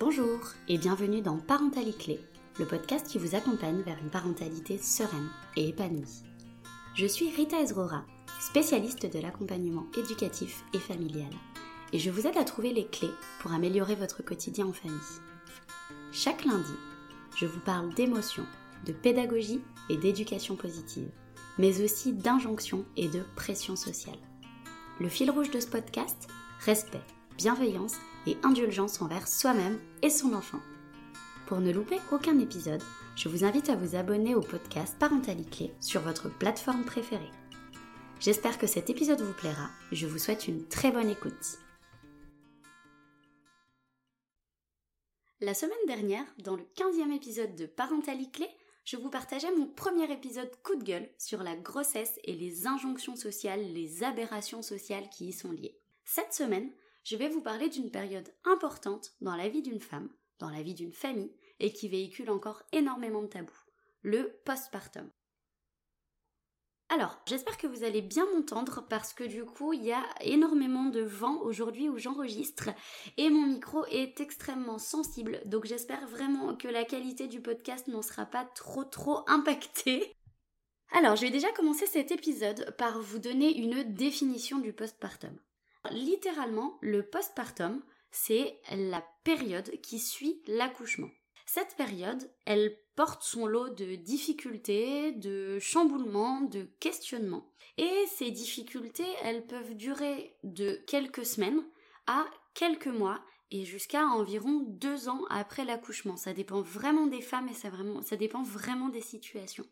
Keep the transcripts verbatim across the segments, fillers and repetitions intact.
Bonjour et bienvenue dans Parentalité Clé, le podcast qui vous accompagne vers une parentalité sereine et épanouie. Je suis Rita Ezrora, spécialiste de l'accompagnement éducatif et familial, et je vous aide à trouver les clés pour améliorer votre quotidien en famille. Chaque lundi, je vous parle d'émotions, de pédagogie et d'éducation positive, mais aussi d'injonctions et de pression sociale. Le fil rouge de ce podcast, respect, bienveillance et indulgence envers soi-même et son enfant. Pour ne louper aucun épisode, je vous invite à vous abonner au podcast Parentalité Clé sur votre plateforme préférée. J'espère que cet épisode vous plaira et je vous souhaite une très bonne écoute. La semaine dernière, dans le quinzième épisode de Parentalité Clé, je vous partageais mon premier épisode coup de gueule sur la grossesse et les injonctions sociales, les aberrations sociales qui y sont liées. Cette semaine, je vais vous parler d'une période importante dans la vie d'une femme, dans la vie d'une famille, et qui véhicule encore énormément de tabous, le postpartum. Alors, j'espère que vous allez bien m'entendre parce que du coup, il y a énormément de vent aujourd'hui où j'enregistre et mon micro est extrêmement sensible, donc j'espère vraiment que la qualité du podcast n'en sera pas trop trop impactée. Alors, je vais déjà commencer cet épisode par vous donner une définition du postpartum. Littéralement, le postpartum, c'est la période qui suit l'accouchement. Cette période, elle porte son lot de difficultés, de chamboulements, de questionnements. Et ces difficultés, elles peuvent durer de quelques semaines à quelques mois et jusqu'à environ deux ans après l'accouchement. Ça dépend vraiment des femmes et ça, vraiment, ça dépend vraiment des situations.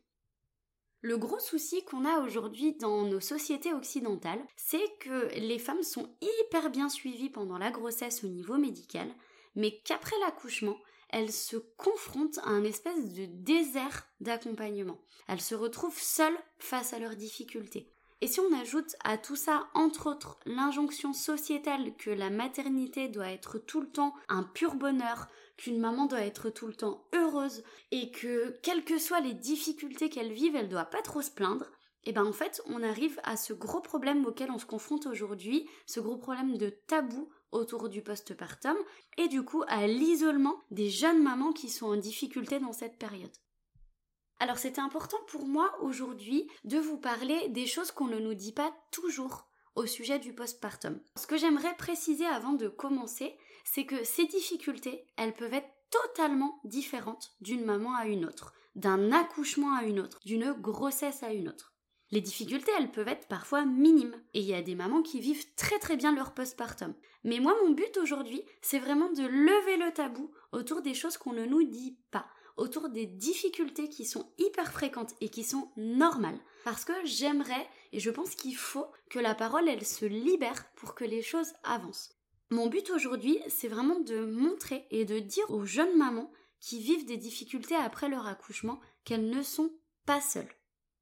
Le gros souci qu'on a aujourd'hui dans nos sociétés occidentales, c'est que les femmes sont hyper bien suivies pendant la grossesse au niveau médical, mais qu'après l'accouchement, elles se confrontent à un espèce de désert d'accompagnement. Elles se retrouvent seules face à leurs difficultés. Et si on ajoute à tout ça, entre autres, l'injonction sociétale que la maternité doit être tout le temps un pur bonheur, qu'une maman doit être tout le temps heureuse et que, quelles que soient les difficultés qu'elle vive, elle doit pas trop se plaindre, et ben en fait, on arrive à ce gros problème auquel on se confronte aujourd'hui, ce gros problème de tabou autour du postpartum et du coup à l'isolement des jeunes mamans qui sont en difficulté dans cette période. Alors c'était important pour moi aujourd'hui de vous parler des choses qu'on ne nous dit pas toujours au sujet du postpartum. Ce que j'aimerais préciser avant de commencer, c'est que ces difficultés, elles peuvent être totalement différentes d'une maman à une autre, d'un accouchement à une autre, d'une grossesse à une autre. Les difficultés, elles peuvent être parfois minimes, et il y a des mamans qui vivent très très bien leur postpartum. Mais moi, mon but aujourd'hui, c'est vraiment de lever le tabou autour des choses qu'on ne nous dit pas, autour des difficultés qui sont hyper fréquentes et qui sont normales. Parce que j'aimerais, et je pense qu'il faut, que la parole, elle se libère pour que les choses avancent. Mon but aujourd'hui, c'est vraiment de montrer et de dire aux jeunes mamans qui vivent des difficultés après leur accouchement qu'elles ne sont pas seules.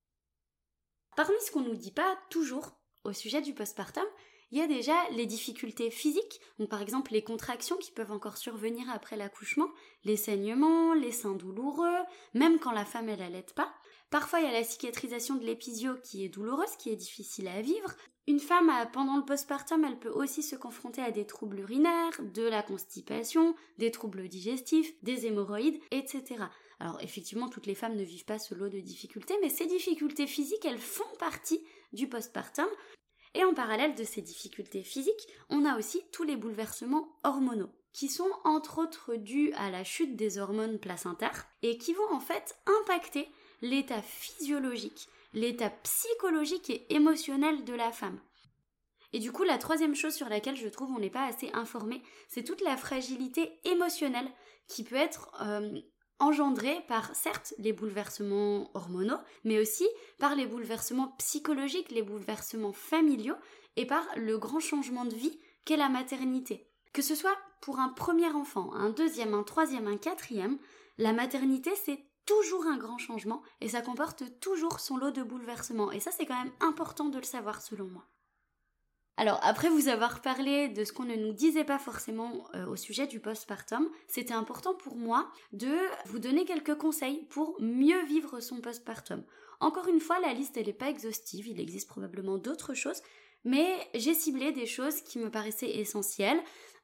Parmi ce qu'on ne nous dit pas toujours au sujet du postpartum, il y a déjà les difficultés physiques, donc par exemple les contractions qui peuvent encore survenir après l'accouchement, les saignements, les seins douloureux, même quand la femme elle allaite pas. Parfois il y a la cicatrisation de l'épisio qui est douloureuse, qui est difficile à vivre. Une femme pendant le postpartum, elle peut aussi se confronter à des troubles urinaires, de la constipation, des troubles digestifs, des hémorroïdes, et cetera. Alors effectivement, toutes les femmes ne vivent pas ce lot de difficultés, mais ces difficultés physiques, elles font partie du postpartum. Et en parallèle de ces difficultés physiques, on a aussi tous les bouleversements hormonaux, qui sont entre autres dus à la chute des hormones placentaires, et qui vont en fait impacter l'état physiologique, l'état psychologique et émotionnel de la femme. Et du coup, la troisième chose sur laquelle je trouve on n'est pas assez informé, c'est toute la fragilité émotionnelle qui peut être euh, engendrée par, certes, les bouleversements hormonaux, mais aussi par les bouleversements psychologiques, les bouleversements familiaux et par le grand changement de vie qu'est la maternité. Que ce soit pour un premier enfant, un deuxième, un troisième, un quatrième, la maternité, c'est toujours un grand changement et ça comporte toujours son lot de bouleversements. Et ça, c'est quand même important de le savoir selon moi. Alors, après vous avoir parlé de ce qu'on ne nous disait pas forcément euh, au sujet du postpartum, c'était important pour moi de vous donner quelques conseils pour mieux vivre son postpartum. Encore une fois, la liste, elle n'est pas exhaustive, il existe probablement d'autres choses, mais j'ai ciblé des choses qui me paraissaient essentielles.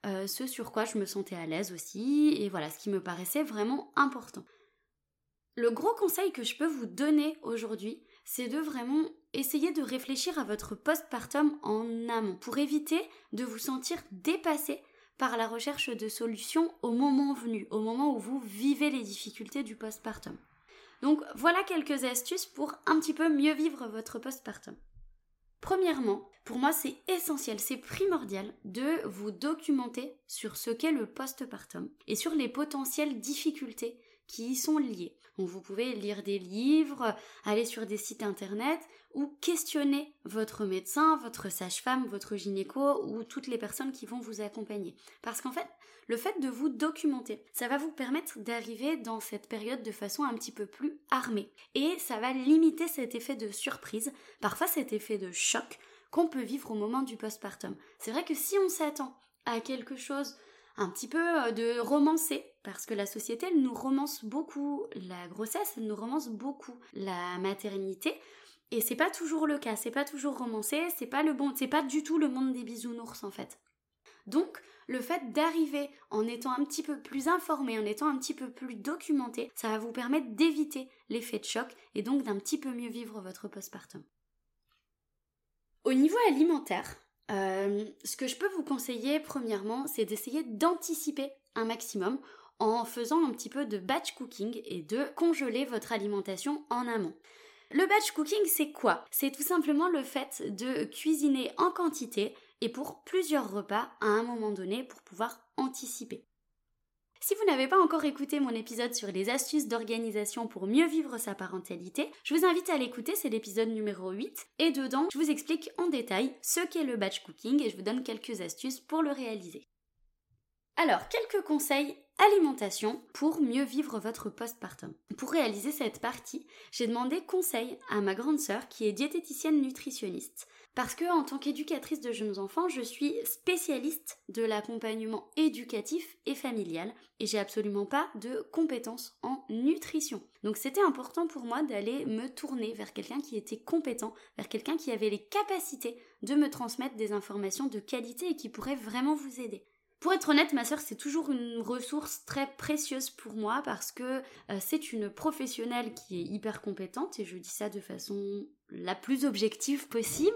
euh, ce sur quoi je me sentais à l'aise aussi, et voilà, ce qui me paraissait vraiment important. Le gros conseil que je peux vous donner aujourd'hui, c'est de vraiment essayer de réfléchir à votre postpartum en amont, pour éviter de vous sentir dépassé par la recherche de solutions au moment venu, au moment où vous vivez les difficultés du postpartum. Donc voilà quelques astuces pour un petit peu mieux vivre votre postpartum. Premièrement, pour moi c'est essentiel, c'est primordial de vous documenter sur ce qu'est le postpartum et sur les potentielles difficultés qui y sont liées. Donc vous pouvez lire des livres, aller sur des sites internet ou questionner votre médecin, votre sage-femme, votre gynéco ou toutes les personnes qui vont vous accompagner. Parce qu'en fait, le fait de vous documenter, ça va vous permettre d'arriver dans cette période de façon un petit peu plus armée. Et ça va limiter cet effet de surprise, parfois cet effet de choc qu'on peut vivre au moment du postpartum. C'est vrai que si on s'attend à quelque chose un petit peu de romancé, parce que la société, elle nous romance beaucoup la grossesse, elle nous romance beaucoup la maternité, et c'est pas toujours le cas, c'est pas toujours romancé, c'est pas le bon, c'est pas du tout le monde des bisounours en fait. Donc, le fait d'arriver en étant un petit peu plus informé, en étant un petit peu plus documenté, ça va vous permettre d'éviter l'effet de choc et donc d'un petit peu mieux vivre votre postpartum. Au niveau alimentaire, euh, ce que je peux vous conseiller premièrement, c'est d'essayer d'anticiper un maximum en faisant un petit peu de batch cooking et de congeler votre alimentation en amont. Le batch cooking, c'est quoi ? C'est tout simplement le fait de cuisiner en quantité et pour plusieurs repas à un moment donné pour pouvoir anticiper. Si vous n'avez pas encore écouté mon épisode sur les astuces d'organisation pour mieux vivre sa parentalité, je vous invite à l'écouter, c'est l'épisode numéro huit, et dedans, je vous explique en détail ce qu'est le batch cooking et je vous donne quelques astuces pour le réaliser. Alors, quelques conseils alimentation pour mieux vivre votre postpartum. Pour réaliser cette partie, j'ai demandé conseil à ma grande sœur qui est diététicienne nutritionniste. Parce que en tant qu'éducatrice de jeunes enfants, je suis spécialiste de l'accompagnement éducatif et familial et j'ai absolument pas de compétences en nutrition. Donc c'était important pour moi d'aller me tourner vers quelqu'un qui était compétent, vers quelqu'un qui avait les capacités de me transmettre des informations de qualité et qui pourrait vraiment vous aider. Pour être honnête, ma sœur, c'est toujours une ressource très précieuse pour moi parce que euh, c'est une professionnelle qui est hyper compétente et je dis ça de façon la plus objective possible.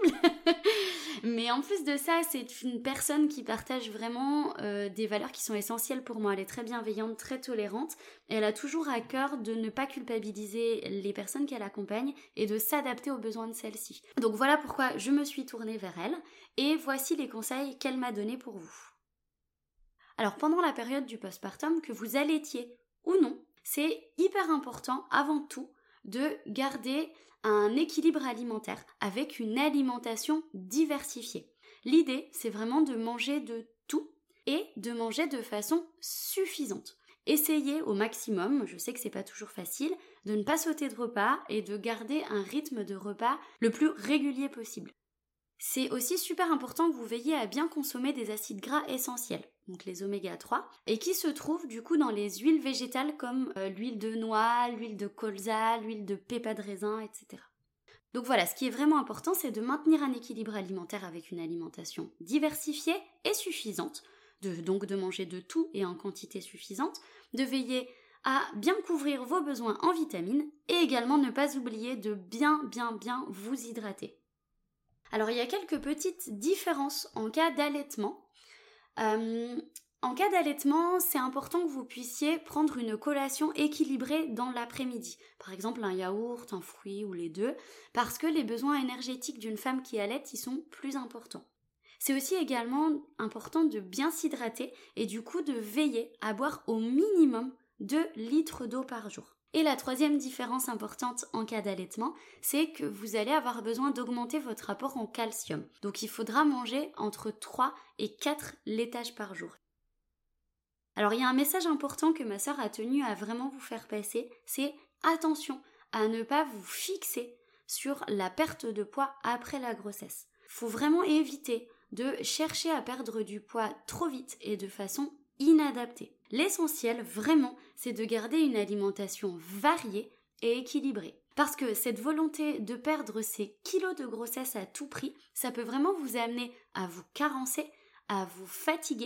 Mais en plus de ça, c'est une personne qui partage vraiment euh, des valeurs qui sont essentielles pour moi. Elle est très bienveillante, très tolérante. Et elle a toujours à cœur de ne pas culpabiliser les personnes qu'elle accompagne et de s'adapter aux besoins de celles-ci. Donc voilà pourquoi je me suis tournée vers elle et voici les conseils qu'elle m'a donnés pour vous. Alors pendant la période du postpartum, que vous allaitiez ou non, c'est hyper important avant tout de garder un équilibre alimentaire avec une alimentation diversifiée. L'idée, c'est vraiment de manger de tout et de manger de façon suffisante. Essayez au maximum, je sais que c'est pas toujours facile, de ne pas sauter de repas et de garder un rythme de repas le plus régulier possible. C'est aussi super important que vous veilliez à bien consommer des acides gras essentiels, donc les oméga trois, et qui se trouvent du coup dans les huiles végétales comme euh, l'huile de noix, l'huile de colza, l'huile de pépa de raisin, et cetera. Donc voilà, ce qui est vraiment important, c'est de maintenir un équilibre alimentaire avec une alimentation diversifiée et suffisante, de, donc de manger de tout et en quantité suffisante, de veiller à bien couvrir vos besoins en vitamines et également ne pas oublier de bien bien bien vous hydrater. Alors il y a quelques petites différences en cas d'allaitement. Euh, en cas d'allaitement, c'est important que vous puissiez prendre une collation équilibrée dans l'après-midi. Par exemple un yaourt, un fruit ou les deux, parce que les besoins énergétiques d'une femme qui allaite y sont plus importants. C'est aussi également important de bien s'hydrater et du coup de veiller à boire au minimum deux litres d'eau par jour. Et la troisième différence importante en cas d'allaitement, c'est que vous allez avoir besoin d'augmenter votre apport en calcium. Donc il faudra manger entre trois et quatre laitages par jour. Alors il y a un message important que ma sœur a tenu à vraiment vous faire passer, c'est attention à ne pas vous fixer sur la perte de poids après la grossesse. Il faut vraiment éviter de chercher à perdre du poids trop vite et de façon inadaptée. L'essentiel, vraiment, c'est de garder une alimentation variée et équilibrée. Parce que cette volonté de perdre ces kilos de grossesse à tout prix, ça peut vraiment vous amener à vous carencer, à vous fatiguer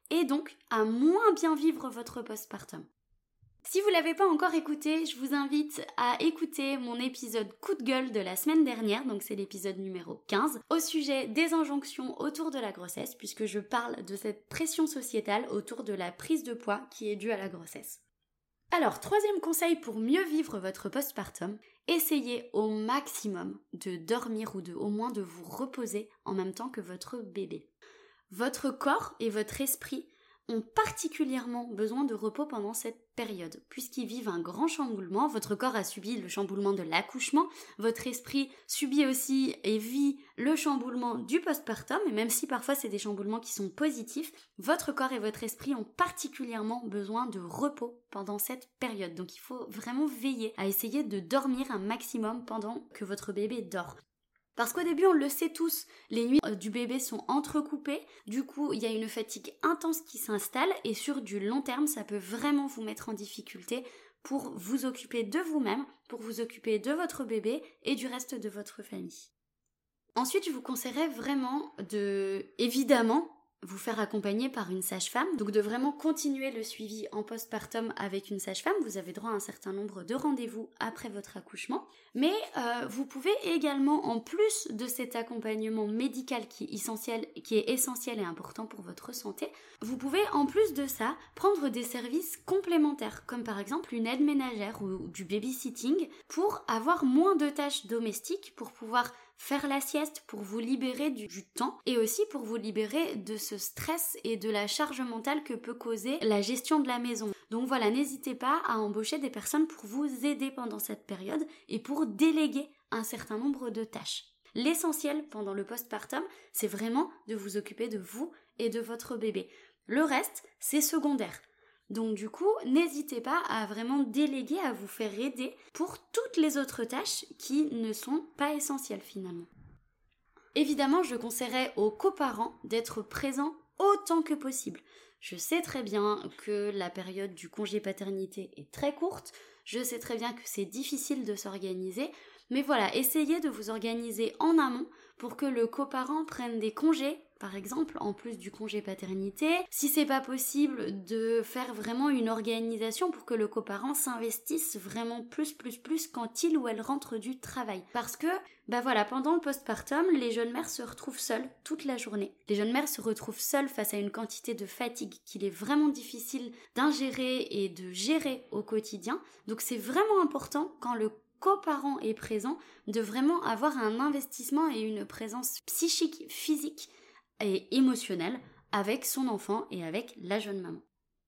et donc à moins bien vivre votre postpartum. Si vous ne l'avez pas encore écouté, je vous invite à écouter mon épisode coup de gueule de la semaine dernière, donc c'est l'épisode numéro quinze, au sujet des injonctions autour de la grossesse, puisque je parle de cette pression sociétale autour de la prise de poids qui est due à la grossesse. Alors, troisième conseil pour mieux vivre votre postpartum, essayez au maximum de dormir ou de au moins de vous reposer en même temps que votre bébé. Votre corps et votre esprit ont particulièrement besoin de repos pendant cette période, puisqu'ils vivent un grand chamboulement. Votre corps a subi le chamboulement de l'accouchement, votre esprit subit aussi et vit le chamboulement du postpartum, et même si parfois c'est des chamboulements qui sont positifs, votre corps et votre esprit ont particulièrement besoin de repos pendant cette période. Donc il faut vraiment veiller à essayer de dormir un maximum pendant que votre bébé dort. Parce qu'au début, on le sait tous, les nuits du bébé sont entrecoupées, du coup, il y a une fatigue intense qui s'installe et sur du long terme, ça peut vraiment vous mettre en difficulté pour vous occuper de vous-même, pour vous occuper de votre bébé et du reste de votre famille. Ensuite, je vous conseillerais vraiment de, évidemment, vous faire accompagner par une sage-femme, donc de vraiment continuer le suivi en postpartum avec une sage-femme. Vous avez droit à un certain nombre de rendez-vous après votre accouchement, mais euh, vous pouvez également, en plus de cet accompagnement médical qui est essentiel, qui est essentiel et important pour votre santé, vous pouvez en plus de ça prendre des services complémentaires, comme par exemple une aide ménagère ou, ou du babysitting, pour avoir moins de tâches domestiques, pour pouvoir faire la sieste, pour vous libérer du, du temps et aussi pour vous libérer de ce stress et de la charge mentale que peut causer la gestion de la maison. Donc voilà, n'hésitez pas à embaucher des personnes pour vous aider pendant cette période et pour déléguer un certain nombre de tâches. L'essentiel pendant le postpartum, c'est vraiment de vous occuper de vous et de votre bébé. Le reste, c'est secondaire. Donc du coup, n'hésitez pas à vraiment déléguer, à vous faire aider pour toutes les autres tâches qui ne sont pas essentielles finalement. Évidemment, je conseillerais aux coparents d'être présents autant que possible. Je sais très bien que la période du congé paternité est très courte, je sais très bien que c'est difficile de s'organiser, mais voilà, essayez de vous organiser en amont pour que le coparent prenne des congés, par exemple, en plus du congé paternité. Si c'est pas possible, de faire vraiment une organisation pour que le coparent s'investisse vraiment plus, plus, plus quand il ou elle rentre du travail. Parce que, bah voilà, pendant le postpartum, les jeunes mères se retrouvent seules toute la journée. Les jeunes mères se retrouvent seules face à une quantité de fatigue qu'il est vraiment difficile d'ingérer et de gérer au quotidien. Donc c'est vraiment important quand le coparent est présent de vraiment avoir un investissement et une présence psychique, physique et émotionnelle avec son enfant et avec la jeune maman.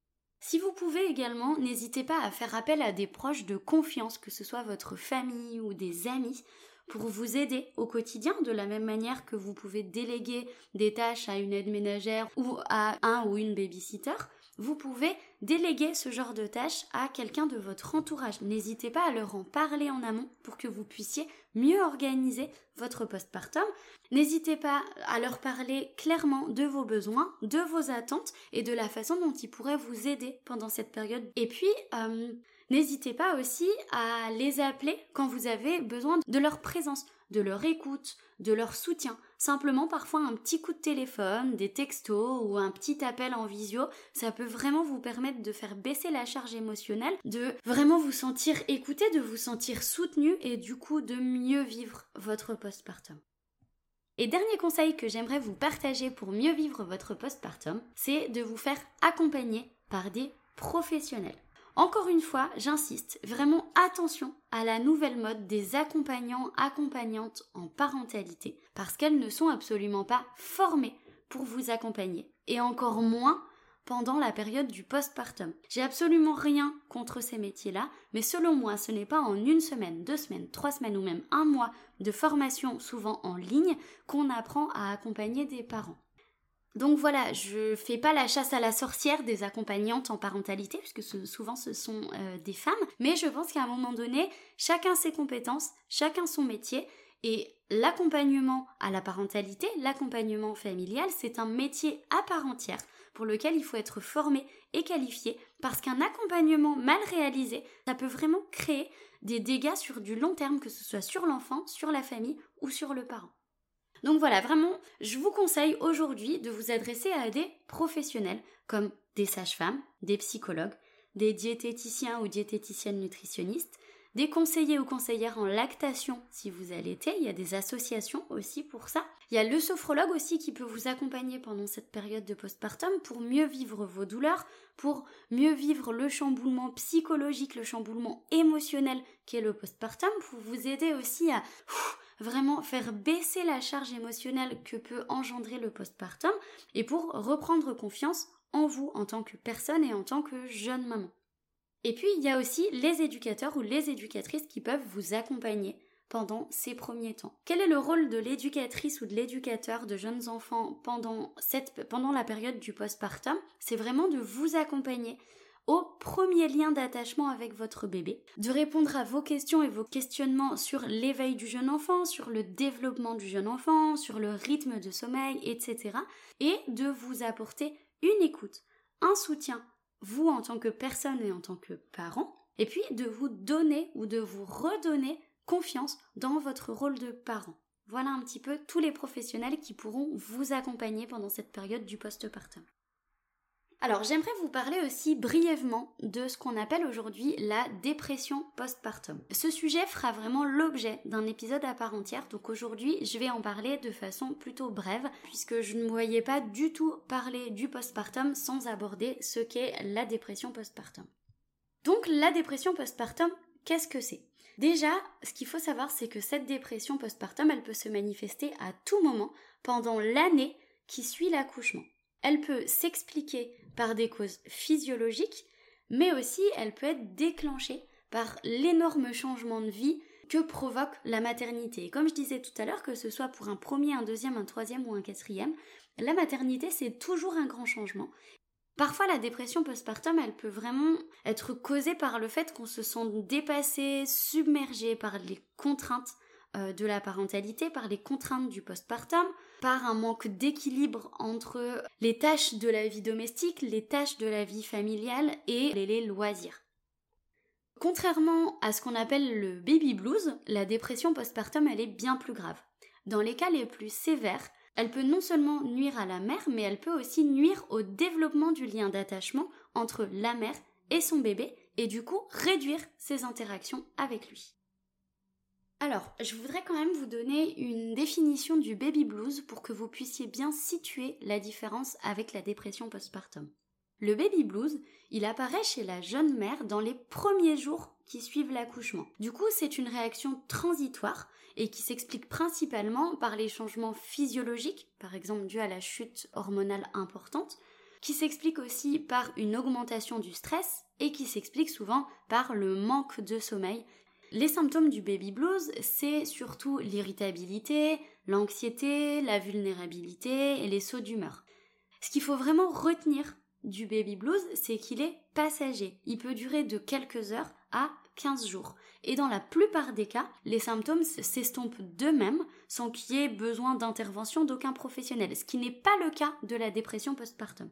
Si vous pouvez également, n'hésitez pas à faire appel à des proches de confiance, que ce soit votre famille ou des amis, pour vous aider au quotidien, de la même manière que vous pouvez déléguer des tâches à une aide ménagère ou à un ou une babysitter. Vous pouvez déléguer ce genre de tâches à quelqu'un de votre entourage. N'hésitez pas à leur en parler en amont pour que vous puissiez mieux organiser votre postpartum. N'hésitez pas à leur parler clairement de vos besoins, de vos attentes et de la façon dont ils pourraient vous aider pendant cette période. Et puis, euh, n'hésitez pas aussi à les appeler quand vous avez besoin de leur présence, de leur écoute, de leur soutien. Simplement parfois un petit coup de téléphone, des textos ou un petit appel en visio, ça peut vraiment vous permettre de faire baisser la charge émotionnelle, de vraiment vous sentir écouté, de vous sentir soutenu et du coup de mieux vivre votre postpartum. Et dernier conseil que j'aimerais vous partager pour mieux vivre votre postpartum, c'est de vous faire accompagner par des professionnels. Encore une fois, j'insiste, vraiment attention à la nouvelle mode des accompagnants, accompagnantes en parentalité, parce qu'elles ne sont absolument pas formées pour vous accompagner, et encore moins pendant la période du postpartum. J'ai absolument rien contre ces métiers-là, mais selon moi, ce n'est pas en une semaine, deux semaines, trois semaines ou même un mois de formation, souvent en ligne, qu'on apprend à accompagner des parents. Donc voilà, je fais pas la chasse à la sorcière des accompagnantes en parentalité, puisque ce, souvent ce sont euh, des femmes, mais je pense qu'à un moment donné, chacun ses compétences, chacun son métier, et l'accompagnement à la parentalité, l'accompagnement familial, c'est un métier à part entière pour lequel il faut être formé et qualifié, parce qu'un accompagnement mal réalisé, ça peut vraiment créer des dégâts sur du long terme, que ce soit sur l'enfant, sur la famille ou sur le parent. Donc voilà, vraiment, je vous conseille aujourd'hui de vous adresser à des professionnels comme des sages-femmes, des psychologues, des diététiciens ou diététiciennes nutritionnistes, des conseillers ou conseillères en lactation si vous allaitez, il y a des associations aussi pour ça. Il y a le sophrologue aussi qui peut vous accompagner pendant cette période de postpartum pour mieux vivre vos douleurs, pour mieux vivre le chamboulement psychologique, le chamboulement émotionnel qu'est le postpartum, pour vous aider aussi à ouf, vraiment faire baisser la charge émotionnelle que peut engendrer le postpartum et pour reprendre confiance en vous en tant que personne et en tant que jeune maman. Et puis, il y a aussi les éducateurs ou les éducatrices qui peuvent vous accompagner pendant ces premiers temps. Quel est le rôle de l'éducatrice ou de l'éducateur de jeunes enfants pendant, cette, pendant la période du postpartum ? C'est vraiment de vous accompagner au premier lien d'attachement avec votre bébé, de répondre à vos questions et vos questionnements sur l'éveil du jeune enfant, sur le développement du jeune enfant, sur le rythme de sommeil, et cetera. Et de vous apporter une écoute, un soutien, vous en tant que personne et en tant que parent, et puis de vous donner ou de vous redonner confiance dans votre rôle de parent. Voilà un petit peu tous les professionnels qui pourront vous accompagner pendant cette période du postpartum. Alors j'aimerais vous parler aussi brièvement de ce qu'on appelle aujourd'hui la dépression postpartum. Ce sujet fera vraiment l'objet d'un épisode à part entière, donc aujourd'hui je vais en parler de façon plutôt brève, puisque je ne me voyais pas du tout parler du postpartum sans aborder ce qu'est la dépression postpartum. Donc la dépression postpartum, qu'est-ce que c'est ? Déjà, ce qu'il faut savoir, c'est que cette dépression postpartum, elle peut se manifester à tout moment pendant l'année qui suit l'accouchement. Elle peut s'expliquer par des causes physiologiques, mais aussi elle peut être déclenchée par l'énorme changement de vie que provoque la maternité. Et comme je disais tout à l'heure, que ce soit pour un premier, un deuxième, un troisième ou un quatrième, la maternité c'est toujours un grand changement. Parfois la dépression postpartum, elle peut vraiment être causée par le fait qu'on se sent dépassé, submergé par les contraintes de la parentalité, par les contraintes du postpartum, par un manque d'équilibre entre les tâches de la vie domestique, les tâches de la vie familiale et les loisirs. Contrairement à ce qu'on appelle le baby blues, la dépression postpartum, elle est bien plus grave. Dans les cas les plus sévères, elle peut non seulement nuire à la mère, mais elle peut aussi nuire au développement du lien d'attachement entre la mère et son bébé, et du coup réduire ses interactions avec lui. Alors, je voudrais quand même vous donner une définition du baby blues pour que vous puissiez bien situer la différence avec la dépression postpartum. Le baby blues, il apparaît chez la jeune mère dans les premiers jours qui suivent l'accouchement. Du coup, c'est une réaction transitoire et qui s'explique principalement par les changements physiologiques, par exemple dus à la chute hormonale importante, qui s'explique aussi par une augmentation du stress et qui s'explique souvent par le manque de sommeil. Les symptômes du baby blues, c'est surtout l'irritabilité, l'anxiété, la vulnérabilité et les sauts d'humeur. Ce qu'il faut vraiment retenir du baby blues, c'est qu'il est passager. Il peut durer de quelques heures à quinze jours. Et dans la plupart des cas, les symptômes s'estompent d'eux-mêmes sans qu'il y ait besoin d'intervention d'aucun professionnel, ce qui n'est pas le cas de la dépression postpartum.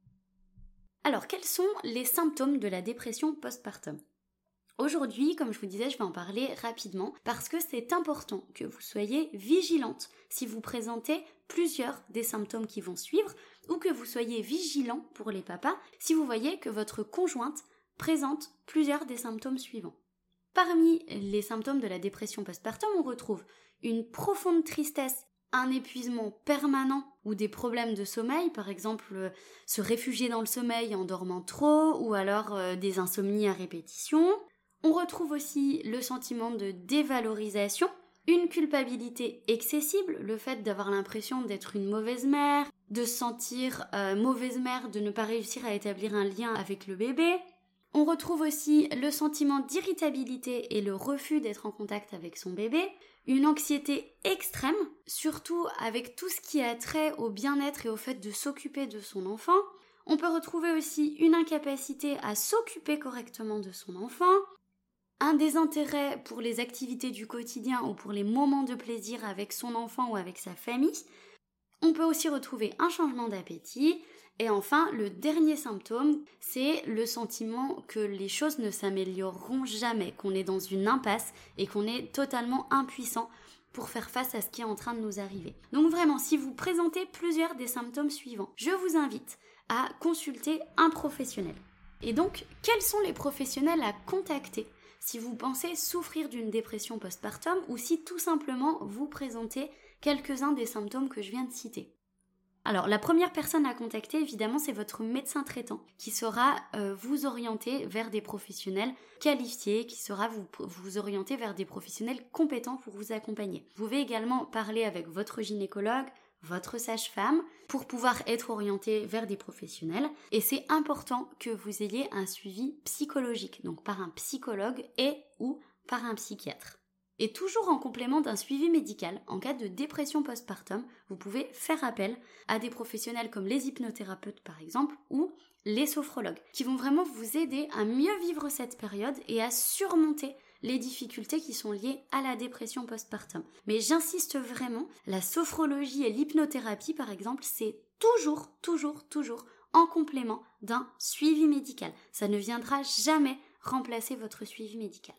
Alors, quels sont les symptômes de la dépression postpartum ? Aujourd'hui, comme je vous disais, je vais en parler rapidement parce que c'est important que vous soyez vigilante si vous présentez plusieurs des symptômes qui vont suivre ou que vous soyez vigilant pour les papas si vous voyez que votre conjointe présente plusieurs des symptômes suivants. Parmi les symptômes de la dépression postpartum, on retrouve une profonde tristesse, un épuisement permanent ou des problèmes de sommeil, par exemple euh, se réfugier dans le sommeil en dormant trop ou alors euh, des insomnies à répétition. On retrouve aussi le sentiment de dévalorisation, une culpabilité excessive, le fait d'avoir l'impression d'être une mauvaise mère, de se sentir euh, mauvaise mère, de ne pas réussir à établir un lien avec le bébé. On retrouve aussi le sentiment d'irritabilité et le refus d'être en contact avec son bébé, une anxiété extrême, surtout avec tout ce qui a trait au bien-être et au fait de s'occuper de son enfant. On peut retrouver aussi une incapacité à s'occuper correctement de son enfant, un désintérêt pour les activités du quotidien ou pour les moments de plaisir avec son enfant ou avec sa famille. On peut aussi retrouver un changement d'appétit. Et enfin, le dernier symptôme, c'est le sentiment que les choses ne s'amélioreront jamais, qu'on est dans une impasse et qu'on est totalement impuissant pour faire face à ce qui est en train de nous arriver. Donc vraiment, si vous présentez plusieurs des symptômes suivants, je vous invite à consulter un professionnel. Et donc, quels sont les professionnels à contacter si vous pensez souffrir d'une dépression postpartum ou si tout simplement vous présentez quelques-uns des symptômes que je viens de citer? Alors, la première personne à contacter, évidemment, c'est votre médecin traitant qui saura euh, vous orienter vers des professionnels qualifiés, qui saura vous, vous orienter vers des professionnels compétents pour vous accompagner. Vous pouvez également parler avec votre gynécologue, votre sage-femme, pour pouvoir être orienté vers des professionnels. Et c'est important que vous ayez un suivi psychologique, donc par un psychologue et ou par un psychiatre. Et toujours en complément d'un suivi médical, en cas de dépression postpartum, vous pouvez faire appel à des professionnels comme les hypnothérapeutes par exemple, ou les sophrologues, qui vont vraiment vous aider à mieux vivre cette période et à surmonter les difficultés qui sont liées à la dépression postpartum. Mais j'insiste vraiment, la sophrologie et l'hypnothérapie par exemple, c'est toujours, toujours, toujours en complément d'un suivi médical. Ça ne viendra jamais remplacer votre suivi médical.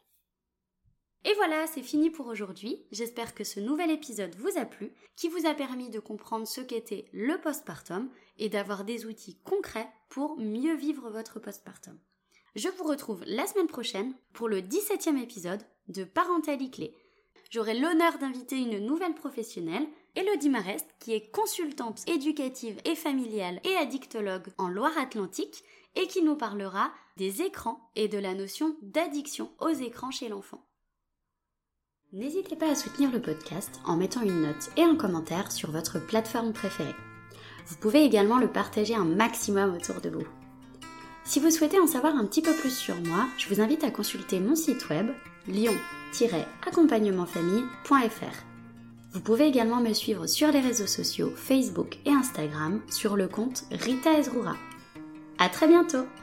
Et voilà, c'est fini pour aujourd'hui. J'espère que ce nouvel épisode vous a plu, qui vous a permis de comprendre ce qu'était le postpartum et d'avoir des outils concrets pour mieux vivre votre postpartum. Je vous retrouve la semaine prochaine pour le dix-septième épisode de Parentalité Clé. J'aurai l'honneur d'inviter une nouvelle professionnelle, Elodie Marest, qui est consultante éducative et familiale et addictologue en Loire-Atlantique et qui nous parlera des écrans et de la notion d'addiction aux écrans chez l'enfant. N'hésitez pas à soutenir le podcast en mettant une note et un commentaire sur votre plateforme préférée. Vous pouvez également le partager un maximum autour de vous. Si vous souhaitez en savoir un petit peu plus sur moi, je vous invite à consulter mon site web lion tiret accompagnement famille point f r. Vous pouvez également me suivre sur les réseaux sociaux Facebook et Instagram sur le compte Rita Ezroura. À très bientôt!